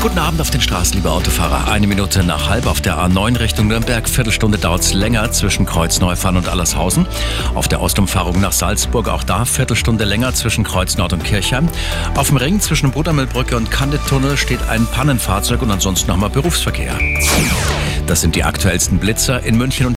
Guten Abend auf den Straßen, liebe Autofahrer. 1 Minute nach halb auf der A9 Richtung Nürnberg. Viertelstunde dauert es länger zwischen Kreuzneufahren und Allershausen. Auf der Ostumfahrung nach Salzburg auch da Viertelstunde länger zwischen Kreuznord und Kirchheim. Auf dem Ring zwischen Brudermühlbrücke und Kandittunnel steht ein Pannenfahrzeug und ansonsten nochmal Berufsverkehr. Das sind die aktuellsten Blitzer in München und